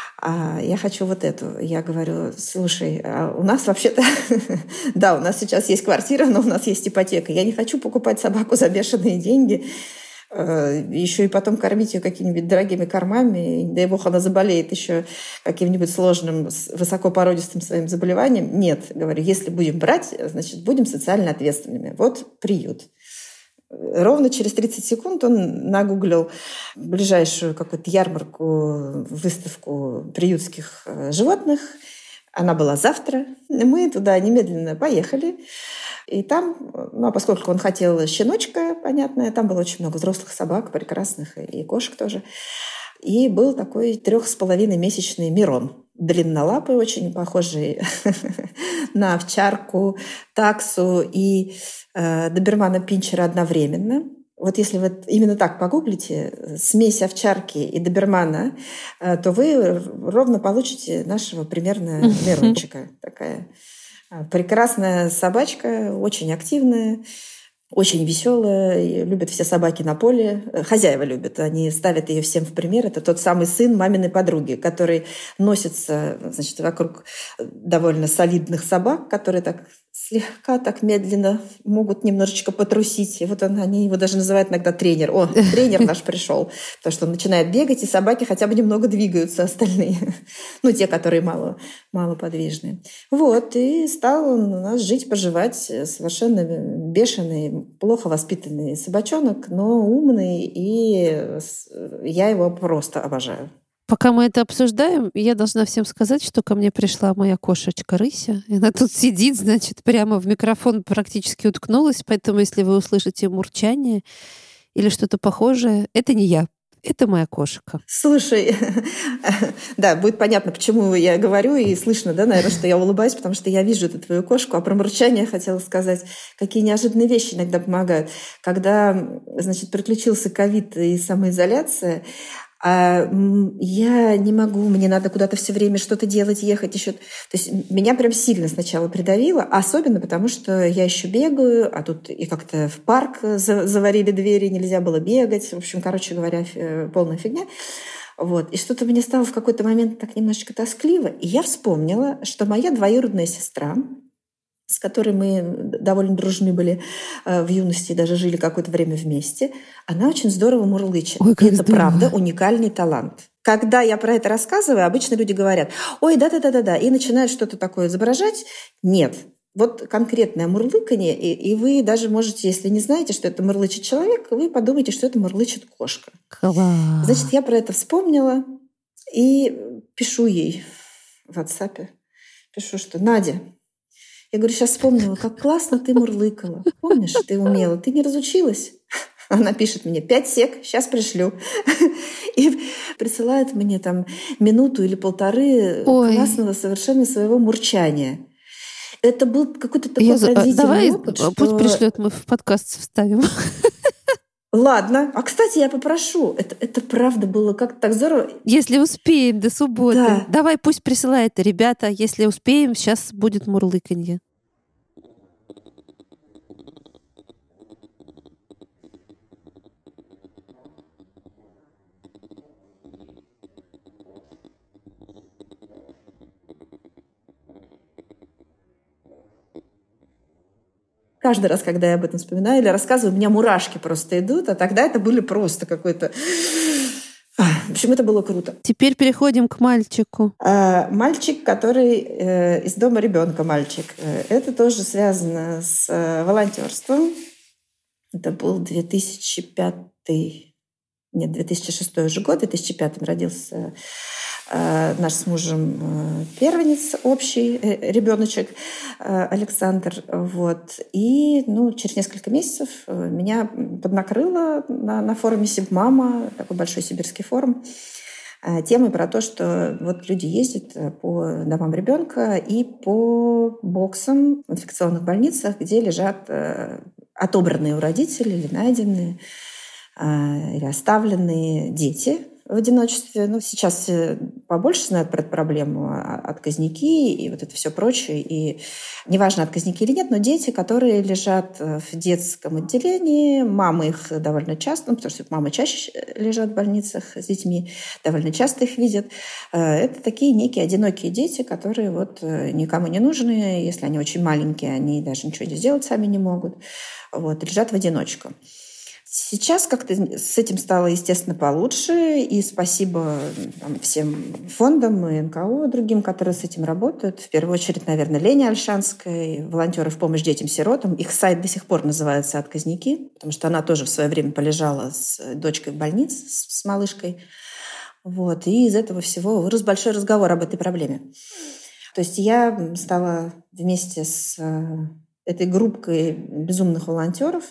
Я хочу вот эту. Я говорю, слушай, у нас вообще-то... Да, у нас сейчас есть квартира, но у нас есть ипотека. Я не хочу покупать собаку за бешеные деньги. Еще и потом кормить ее какими-нибудь дорогими кормами. Дай бог, она заболеет еще каким-нибудь сложным, высокопородистым своим заболеванием. Нет, говорю, если будем брать, значит, будем социально ответственными. Вот приют. Ровно через 30 секунд он нагуглил ближайшую какую-то ярмарку, выставку приютских животных. Она была завтра. Мы туда немедленно поехали. И там, ну, а поскольку он хотел щеночка, понятно, там было очень много взрослых собак, прекрасных, и кошек тоже. И был такой 3,5-месячный Мирон. Длиннолапый, очень похожий на овчарку, таксу и добермана пинчера одновременно. Вот если вы именно так погуглите, смесь овчарки и добермана, то вы ровно получите нашего примерно Мирончика. Такая прекрасная собачка, очень активная, очень веселая, любят все собаки на поле. Хозяева любят, они ставят ее всем в пример. Это тот самый сын маминой подруги, который носится, значит, вокруг довольно солидных собак, которые так слегка, так медленно могут немножечко потрусить. И вот они его даже называют иногда тренер. О, тренер наш пришел. Потому что он начинает бегать, и собаки хотя бы немного двигаются остальные. Ну, те, которые мало подвижные. Вот, и стал он у нас жить, поживать. Совершенно бешеный, плохо воспитанный собачонок, но умный, и я его просто обожаю. Пока мы это обсуждаем, я должна всем сказать, что ко мне пришла моя кошечка Рыся. И она тут сидит, значит, прямо в микрофон практически уткнулась. Поэтому, если вы услышите мурчание или что-то похожее, это не я. Это моя кошка. Слушай, да, будет понятно, почему я говорю, и слышно, да, наверное, что я улыбаюсь, потому что я вижу эту твою кошку. А про мурчание хотела сказать, какие неожиданные вещи иногда помогают. Когда, значит, приключился ковид и самоизоляция, я не могу, мне надо куда-то все время что-то делать, ехать еще. То есть меня прям сильно сначала придавило, особенно потому, что я еще бегаю, а тут и как-то в парк заварили двери, нельзя было бегать. В общем, короче говоря, полная фигня. Вот. И что-то мне стало в какой-то момент так немножечко тоскливо. И я вспомнила, что моя двоюродная сестра, с которой мы довольно дружны были в юности, даже жили какое-то время вместе, она очень здорово мурлычет. Ой, и это здорово. правда уникальный талант. Когда я про это рассказываю, обычно люди говорят, ой, да-да-да-да, и начинают что-то такое изображать. Нет. Вот конкретное мурлыканье, и вы даже можете, если не знаете, что это мурлычет человек, вы подумаете, что это мурлычет кошка. Класс. Значит, я про это вспомнила и пишу ей в WhatsApp. Пишу, что Надя, я говорю, сейчас вспомнила, как классно ты мурлыкала. Помнишь, ты умела, ты не разучилась? Она пишет мне 5 сек, сейчас пришлю. И присылает мне там минуту или полторы классного совершенно своего мурчания. Это был какой-то такой пронзительный опыт, что... Пусть пришлет, мы в подкаст вставим. Ладно. А, кстати, я попрошу. Это правда было как-то так здорово. Если успеем до субботы. Да. Давай, пусть присылает, ребята. Если успеем, сейчас будет мурлыканье. Каждый раз, когда я об этом вспоминаю или рассказываю, у меня мурашки просто идут, а тогда это были просто какой-то... В общем, это было круто. Теперь переходим к мальчику. Мальчик, который из дома ребенка мальчик. Это тоже связано с волонтерством. Это был 2006 уже год, в 2005 родился наш с мужем первенец общий, ребеночек Александр. Вот. И через несколько месяцев меня поднакрыло на форуме «Сибмама», такой большой сибирский форум, темы про то, что вот люди ездят по домам ребенка и по боксам в инфекционных больницах, где лежат отобранные у родителей или найденные, или оставленные дети в одиночестве. Сейчас побольше знают про эту проблему, отказники и вот это все прочее. И неважно, отказники или нет, но дети, которые лежат в детском отделении, мамы их довольно часто, потому что мамы чаще лежат в больницах с детьми, довольно часто их видят. Это такие некие одинокие дети, которые никому не нужны. Если они очень маленькие, они даже ничего не сделать сами не могут. Лежат в одиночку. Сейчас как-то с этим стало, естественно, получше. И спасибо всем фондам и НКО другим, которые с этим работают. В первую очередь, наверное, Лене Ольшанской, волонтеры в помощь детям-сиротам. Их сайт до сих пор называется «Отказники», потому что она тоже в свое время полежала с дочкой в больнице, с малышкой. И из этого всего вырос большой разговор об этой проблеме. То есть я стала вместе с этой группкой безумных волонтеров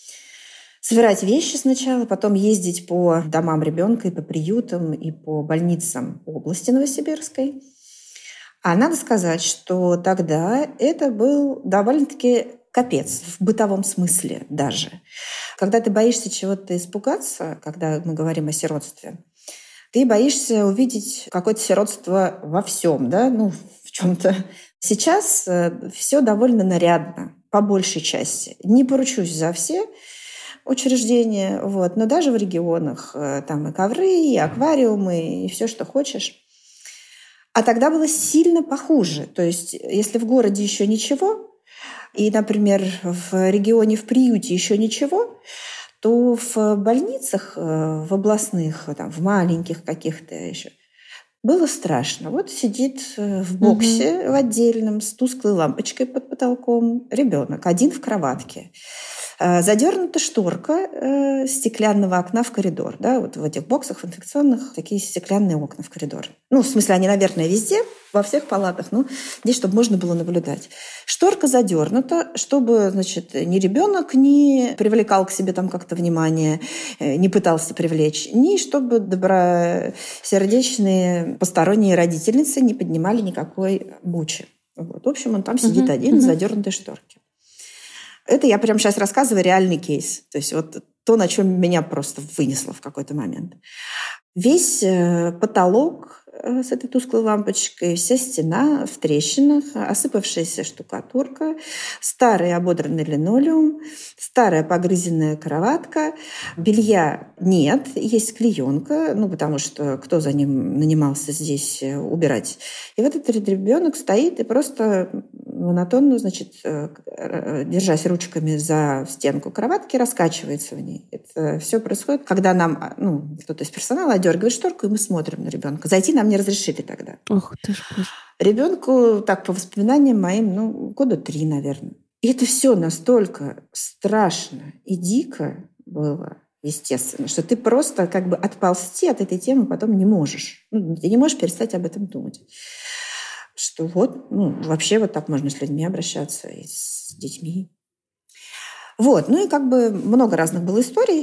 собирать вещи сначала, потом ездить по домам ребенка и по приютам, и по больницам области Новосибирской. А надо сказать, что тогда это был довольно-таки капец в бытовом смысле даже. Когда ты боишься чего-то испугаться, когда мы говорим о сиротстве, ты боишься увидеть какое-то сиротство во всем, да, в чем-то. Сейчас все довольно нарядно, по большей части. Не поручусь за все учреждения, но даже в регионах там и ковры, и аквариумы, и все, что хочешь. А тогда было сильно похуже. То есть если в городе еще ничего, и, например, в регионе, в приюте еще ничего, то в больницах, в областных, в маленьких каких-то еще, было страшно. Сидит в боксе в отдельном с тусклой лампочкой под потолком ребенок, один в кроватке. Задернута шторка стеклянного окна в коридор. Да? В этих боксах, в инфекционных, такие стеклянные окна в коридор. В смысле, они, наверное, везде, во всех палатах, здесь, чтобы можно было наблюдать. Шторка задернута, чтобы, ни ребенок не привлекал к себе там как-то внимание, не пытался привлечь, ни чтобы добросердечные посторонние родительницы не поднимали никакой бучи. В общем, он там сидит один в задернутой шторке. Это я прямо сейчас рассказываю реальный кейс. То есть то, на чем меня просто вынесло в какой-то момент. Весь потолок с этой тусклой лампочкой, вся стена в трещинах, осыпавшаяся штукатурка, старый ободранный линолеум, старая погрызенная кроватка, белья нет, есть клеенка, потому что кто за ним нанимался здесь убирать. И этот ребенок стоит и просто монотонно, держась ручками за стенку кроватки, раскачивается в ней. Это все происходит, когда нам кто-то из персонала одергивает шторку, и мы смотрим на ребенка. Зайти нам не разрешили тогда. Ох ты ж, боже. Ребенку, так, по воспоминаниям моим, года 3, наверное. И это все настолько страшно и дико было, естественно, что ты просто отползти от этой темы потом не можешь. Ты не можешь перестать об этом думать. Что вообще так можно с людьми обращаться, и с детьми. И много разных было историй.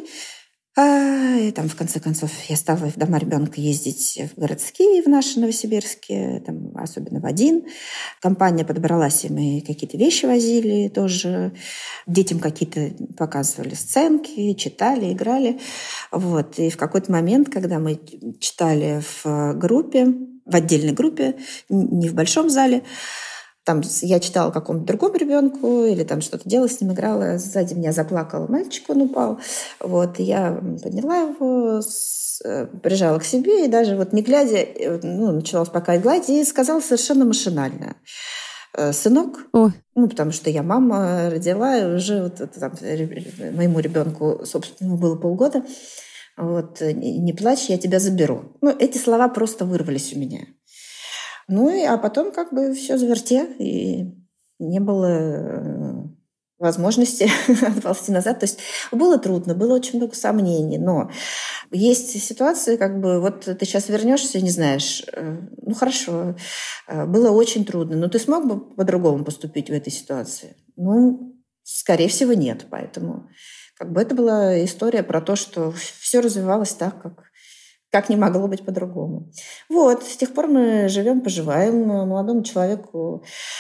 И там, в конце концов, я стала в дома ребенка ездить в городские, в наши Новосибирске, особенно в один. Компания подобралась, и мы какие-то вещи возили тоже. Детям какие-то показывали сценки, читали, играли. И в какой-то момент, когда мы читали в группе, в отдельной группе, не в большом зале, там я читала какому-то другому ребенку или там что-то делала, с ним играла, сзади меня заплакал мальчик, он упал. И я подняла его, прижала к себе и даже не глядя, начала успокаивать, гладить и сказала совершенно машинально. сынок. Ой. Ну, потому что я мама родила, и уже вот там, моему ребенку, собственно, было полгода. Вот, не плачь, я тебя заберу. Ну, эти слова просто вырвались у меня. Ну, а потом как бы все заверте, и не было возможности отползти назад. То есть было трудно, было очень много сомнений, но есть ситуации, как бы вот ты сейчас вернешься и не знаешь, ну хорошо, было очень трудно, но ты смог бы по-другому поступить в этой ситуации? Ну, скорее всего, нет. Поэтому как бы это была история про то, что все развивалось так, как не могло быть по-другому. Вот, с тех пор мы живем, поживаем. Молодому человеку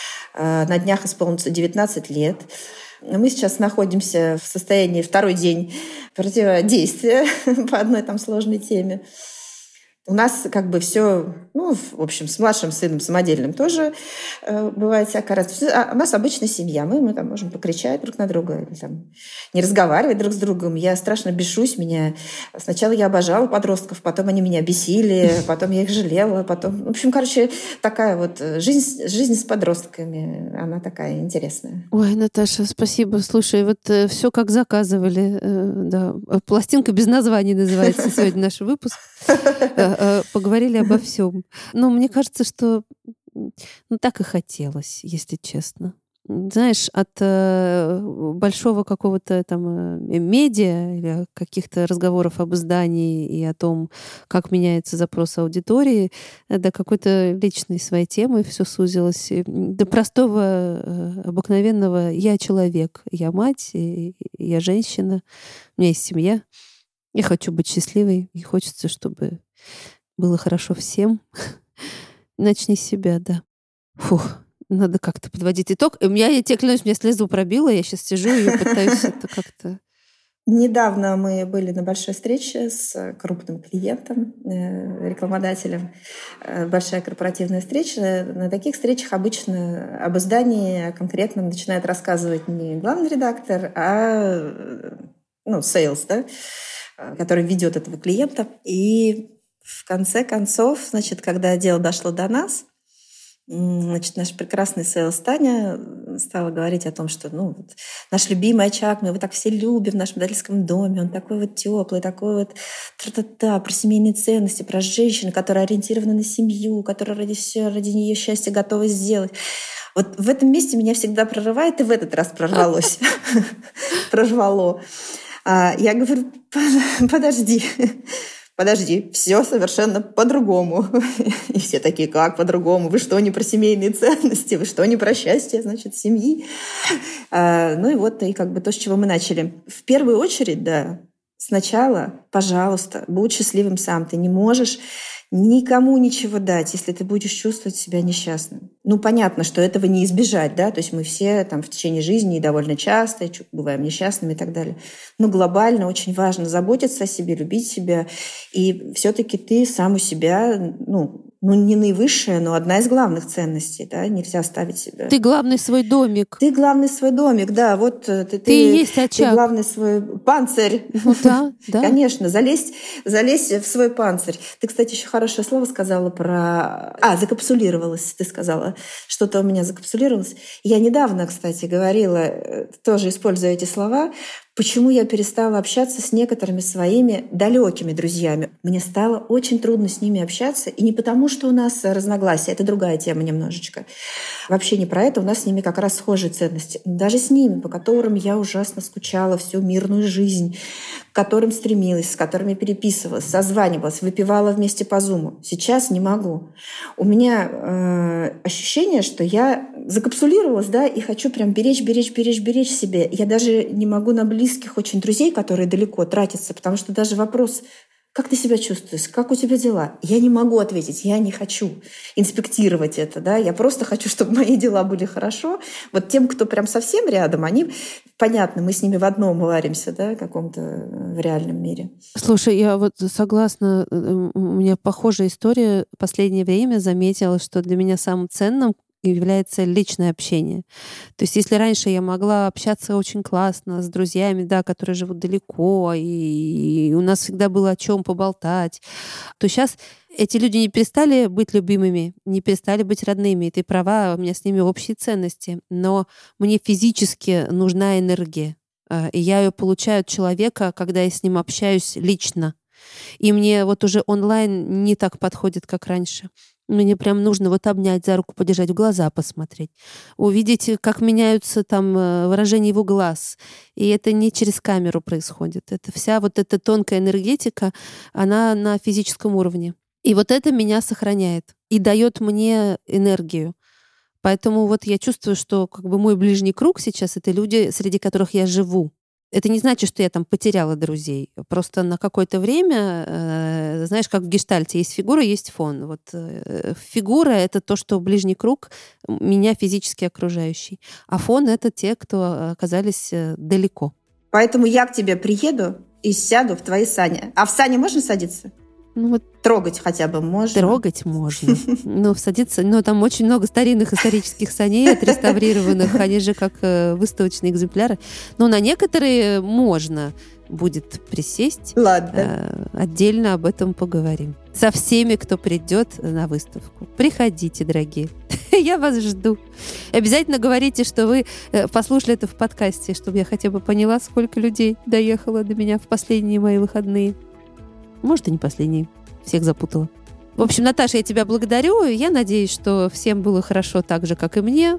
на днях исполнится 19 лет. Мы сейчас находимся в состоянии второй день противодействия по одной там сложной теме. У нас как бы все, ну, в общем, с младшим сыном самодельным тоже бывает всякое раз. У нас обычная семья. Мы там можем покричать друг на друга, или там не разговаривать друг с другом. Я страшно бешусь. Сначала я обожала подростков, потом они меня бесили, потом я их жалела, потом... В общем, короче, такая вот жизнь с подростками, она такая интересная. Ой, Наташа, спасибо. Слушай, вот все как заказывали. Да. «Пластинка без названий» называется сегодня наш выпуск. Поговорили обо всем. Но мне кажется, что так и хотелось, если честно. Знаешь, от большого какого-то там медиа или каких-то разговоров об издании и о том, как меняется запрос аудитории, до какой-то личной своей темы все сузилось. До простого, обыкновенного «я человек», «я мать», «я женщина», у меня есть семья, я хочу быть счастливой, и хочется, чтобы было хорошо всем. Начни с себя, да. Фух, надо как-то подводить итог. И я тебе клянусь, меня слезу пробила, я сейчас сижу и пытаюсь это как-то... Недавно мы были на большой встрече с крупным клиентом, рекламодателем. Большая корпоративная встреча. На таких встречах обычно об издании конкретно начинает рассказывать не главный редактор, а sales, да, который ведет этого клиента. И в конце концов, значит, когда дело дошло до нас, значит, наш прекрасный сейлс Таня стала говорить о том, что вот наш любимый очаг, мы его так все любим в нашем родительском доме, он такой вот теплый, такой вот про семейные ценности, про женщину, которая ориентирована на семью, которая ради нее счастья готова сделать. Вот в этом месте меня всегда прорывает, и в этот раз прорвалось. Прорвало. Я говорю, подожди, все совершенно по-другому. И все такие, как по-другому? Вы что, не про семейные ценности? Вы что, не про счастье, значит, семьи? Ну и вот, и как бы то, с чего мы начали. В первую очередь, да, сначала, пожалуйста, будь счастливым сам. Ты не можешь никому ничего дать, если ты будешь чувствовать себя несчастным. Ну, понятно, что этого не избежать, да, то есть мы все там в течение жизни довольно часто бываем несчастными и так далее. Но глобально очень важно заботиться о себе, любить себя, и все-таки ты сам у себя, не наивысшая, но одна из главных ценностей, да, нельзя ставить себя. Ты главный свой домик. Ты главный свой домик, да, вот ты есть очаг. Ты главный свой панцирь. Ну да. Конечно, залезь в свой панцирь. Ты, кстати, еще хорошее слово сказала про... закапсулировалась, ты сказала. Что-то у меня закапсулировалось. Я недавно, кстати, говорила, тоже используя эти слова, почему я перестала общаться с некоторыми своими далекими друзьями. Мне стало очень трудно с ними общаться, и не потому, что у нас разногласия, это другая тема немножечко. Вообще не про это, у нас с ними как раз схожие ценности. Даже с ними, по которым я ужасно скучала всю мирную жизнь, к которым стремилась, с которыми переписывалась, созванивалась, выпивала вместе по Зуму. Сейчас не могу. У меня ощущение, что я закапсулировалась, да, и хочу прям беречь себе. Я даже не могу на близких очень друзей, которые далеко тратятся, потому что даже вопрос, как ты себя чувствуешь, как у тебя дела, я не могу ответить, я не хочу инспектировать это, да, я просто хочу, чтобы мои дела были хорошо. Вот тем, кто прям совсем рядом, они, понятно, мы с ними в одном варимся, да, каком-то в реальном мире. Слушай, я вот согласна, у меня похожая история. В последнее время заметила, что для меня самым ценным является личное общение. То есть если раньше я могла общаться очень классно с друзьями, да, которые живут далеко, и у нас всегда было о чем поболтать, то сейчас эти люди не перестали быть любимыми, не перестали быть родными. И ты права, у меня с ними общие ценности. Но мне физически нужна энергия. И я ее получаю от человека, когда я с ним общаюсь лично. И мне вот уже онлайн не так подходит, как раньше. Мне прям нужно вот обнять за руку, подержать, в глаза посмотреть, увидеть, как меняются там выражения его глаз. И это не через камеру происходит. Это вся вот эта тонкая энергетика, она на физическом уровне. И вот это меня сохраняет и дает мне энергию. Поэтому вот я чувствую, что как бы мой ближний круг сейчас — это люди, среди которых я живу. Это не значит, что я там потеряла друзей. Просто на какое-то время, знаешь, как в гештальте есть фигура, есть фон. Вот фигура — это то, что ближний круг, меня физически окружающий. А фон — это те, кто оказались далеко. Поэтому я к тебе приеду и сяду в твои сани. А в сани можно садиться? Ну, вот трогать хотя бы можно. Трогать можно. Но садиться... Но там очень много старинных исторических саней отреставрированных. Они же как выставочные экземпляры. Но на некоторые можно будет присесть. Ладно. Отдельно об этом поговорим. Со всеми, кто придет на выставку. Приходите, дорогие. Я вас жду. Обязательно говорите, что вы послушали это в подкасте, чтобы я хотя бы поняла, сколько людей доехало до меня в последние мои выходные. Может, и не последние. Всех запутала. В общем, Наташа, я тебя благодарю. Я надеюсь, что всем было хорошо так же, как и мне.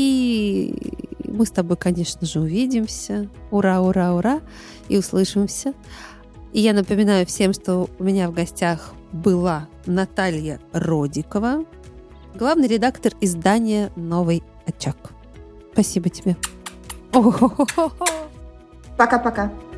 И мы с тобой, конечно же, увидимся. Ура, ура, ура. И услышимся. И я напоминаю всем, что у меня в гостях была Наталья Родикова, главный редактор издания «Новый очаг». Спасибо тебе. Пока-пока.